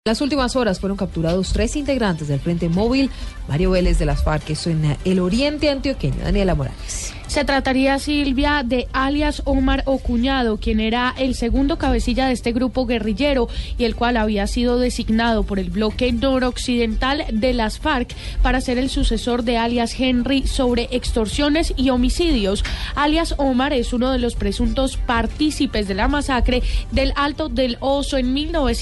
Las últimas horas fueron capturados 3 integrantes del Frente Móvil Mario Vélez de las FARC, eso en el oriente antioqueño. Daniela Morales. Se trataría, Silvia, de alias Omar Ocuñado, quien era el segundo cabecilla de este grupo guerrillero y el cual había sido designado por el bloque noroccidental de las FARC para ser el sucesor de alias Henry sobre extorsiones y homicidios. Alias Omar es uno de los presuntos partícipes de la masacre del Alto del Oso en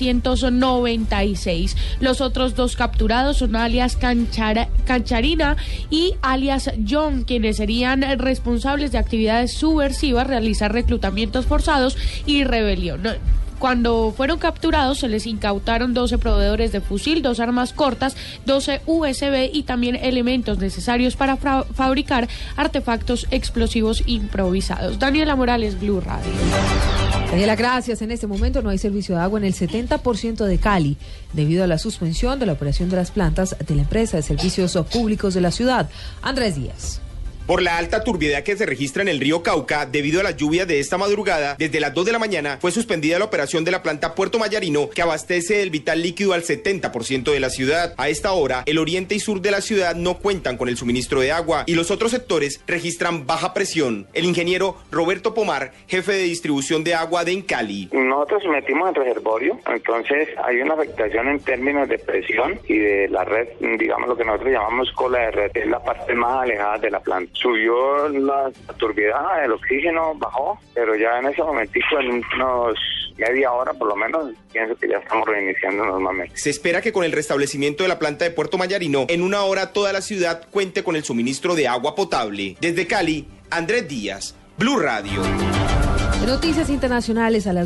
1996. Los otros 2 capturados son alias Cancharina y alias John, quienes serían responsables de actividades subversivas, realizar reclutamientos forzados y rebelión. Cuando fueron capturados se les incautaron 12 proveedores de fusil, 2 armas cortas, 12 USB y también elementos necesarios para fabricar artefactos explosivos improvisados. Daniela Morales, Blue Radio. Daniela, gracias. En este momento no hay servicio de agua en el 70% de Cali, debido a la suspensión de la operación de las plantas de la empresa de servicios públicos de la ciudad. Andrés Díaz. Por la alta turbiedad que se registra en el río Cauca debido a las lluvias de esta madrugada, desde las 2 de la mañana fue suspendida la operación de la planta Puerto Mayarino, que abastece el vital líquido al 70% de la ciudad. A esta hora, el oriente y sur de la ciudad no cuentan con el suministro de agua y los otros sectores registran baja presión. El ingeniero Roberto Pomar, jefe de distribución de agua de Encali. Nosotros metimos el reservorio, entonces hay una afectación en términos de presión y de la red, digamos lo que nosotros llamamos cola de red, es la parte más alejada de la planta. Subió la turbiedad, el oxígeno bajó, pero ya en ese momentico, en unos media hora por lo menos, pienso que ya estamos reiniciando normalmente. Se espera que con el restablecimiento de la planta de Puerto Mayarino, en una hora toda la ciudad cuente con el suministro de agua potable. Desde Cali, Andrés Díaz, Blue Radio. Noticias internacionales a las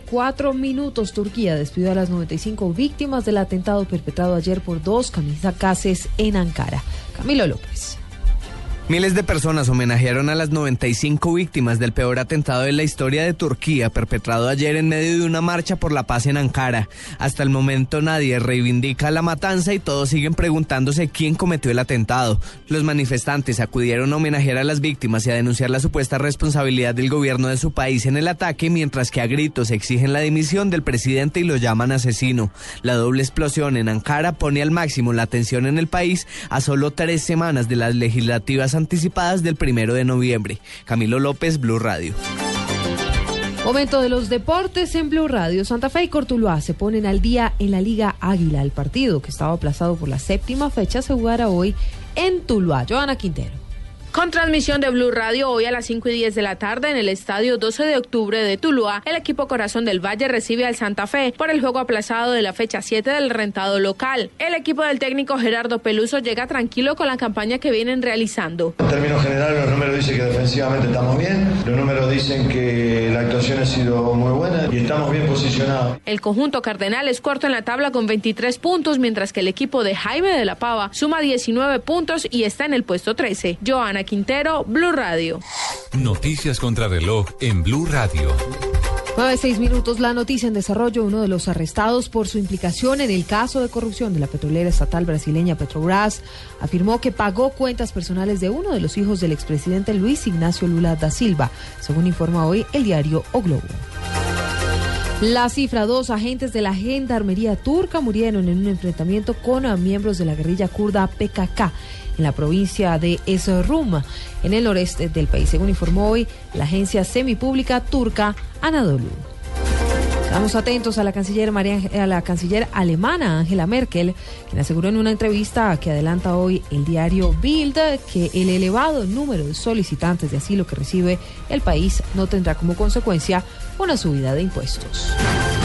9:04. Turquía despidió a las 95 víctimas del atentado perpetrado ayer por 2 kamikazes en Ankara. Camilo López. Miles de personas homenajearon a las 95 víctimas del peor atentado de la historia de Turquía, perpetrado ayer en medio de una marcha por la paz en Ankara. Hasta el momento nadie reivindica la matanza y todos siguen preguntándose quién cometió el atentado. Los manifestantes acudieron a homenajear a las víctimas y a denunciar la supuesta responsabilidad del gobierno de su país en el ataque, mientras que a gritos exigen la dimisión del presidente y lo llaman asesino. La doble explosión en Ankara pone al máximo la tensión en el país a solo 3 semanas de las legislativas anticipadas del 1 de noviembre. Camilo López, Blue Radio. Momento de los deportes en Blue Radio. Santa Fe y Cortuluá se ponen al día en la Liga Águila. El partido, que estaba aplazado por la 7ª fecha, se jugará hoy en Tuluá. Joana Quintero. Con transmisión de Blue Radio, hoy a las 5:10 de la tarde en el estadio 12 de octubre de Tuluá, el equipo Corazón del Valle recibe al Santa Fe por el juego aplazado de la fecha 7 del rentado local. El equipo del técnico Gerardo Peluso llega tranquilo con la campaña que vienen realizando. En términos generales, los números dicen que defensivamente estamos bien, los números dicen que la actuación ha sido muy buena y estamos bien posicionados. El conjunto cardenal es cuarto en la tabla con 23 puntos, mientras que el equipo de Jaime de la Pava suma 19 puntos y está en el puesto 13. Joana Quintero, Blue Radio. Noticias contra reloj en Blue Radio. 9:06. La noticia en desarrollo. Uno de los arrestados por su implicación en el caso de corrupción de la petrolera estatal brasileña Petrobras afirmó que pagó cuentas personales de uno de los hijos del expresidente Luis Ignacio Lula da Silva, según informa hoy el diario O Globo. La cifra: 2 agentes de la gendarmería turca murieron en un enfrentamiento con miembros de la guerrilla kurda PKK en la provincia de Erzurum, en el noreste del país, según informó hoy la agencia semipública turca Anadolu. Estamos atentos a la canciller alemana Angela Merkel, quien aseguró en una entrevista que adelanta hoy el diario Bild que el elevado número de solicitantes de asilo que recibe el país no tendrá como consecuencia una subida de impuestos.